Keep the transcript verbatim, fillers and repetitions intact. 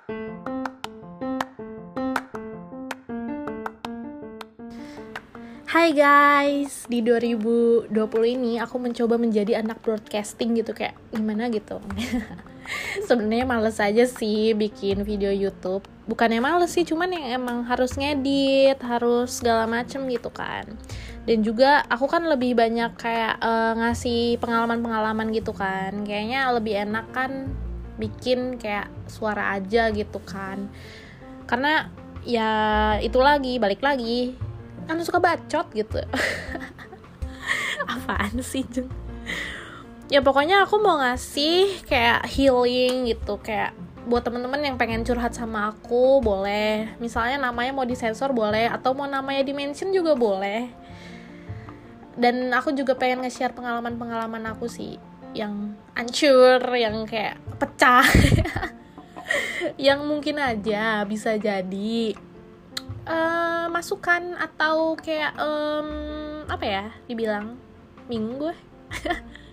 Hai guys, di dua ribu dua puluh ini aku mencoba menjadi anak broadcasting gitu, kayak gimana gitu. Sebenarnya males aja sih bikin video YouTube. Bukannya males sih, cuman yang emang harus ngedit, harus segala macem gitu kan. Dan juga aku kan lebih banyak kayak uh, ngasih pengalaman-pengalaman gitu kan. Kayaknya lebih enak kan bikin kayak suara aja gitu kan. Karena ya itu lagi, balik lagi, kan suka bacot gitu. Apaan sih Jeng? Ya pokoknya aku mau ngasih kayak healing gitu, kayak buat temen-temen yang pengen curhat sama aku boleh, misalnya namanya mau disensor boleh, atau mau namanya di-mention juga boleh. Dan aku juga pengen nge-share pengalaman-pengalaman aku sih yang hancur, yang kayak pecah. Yang mungkin aja bisa jadi Uh, masukan atau kayak um, apa ya dibilang minggu gue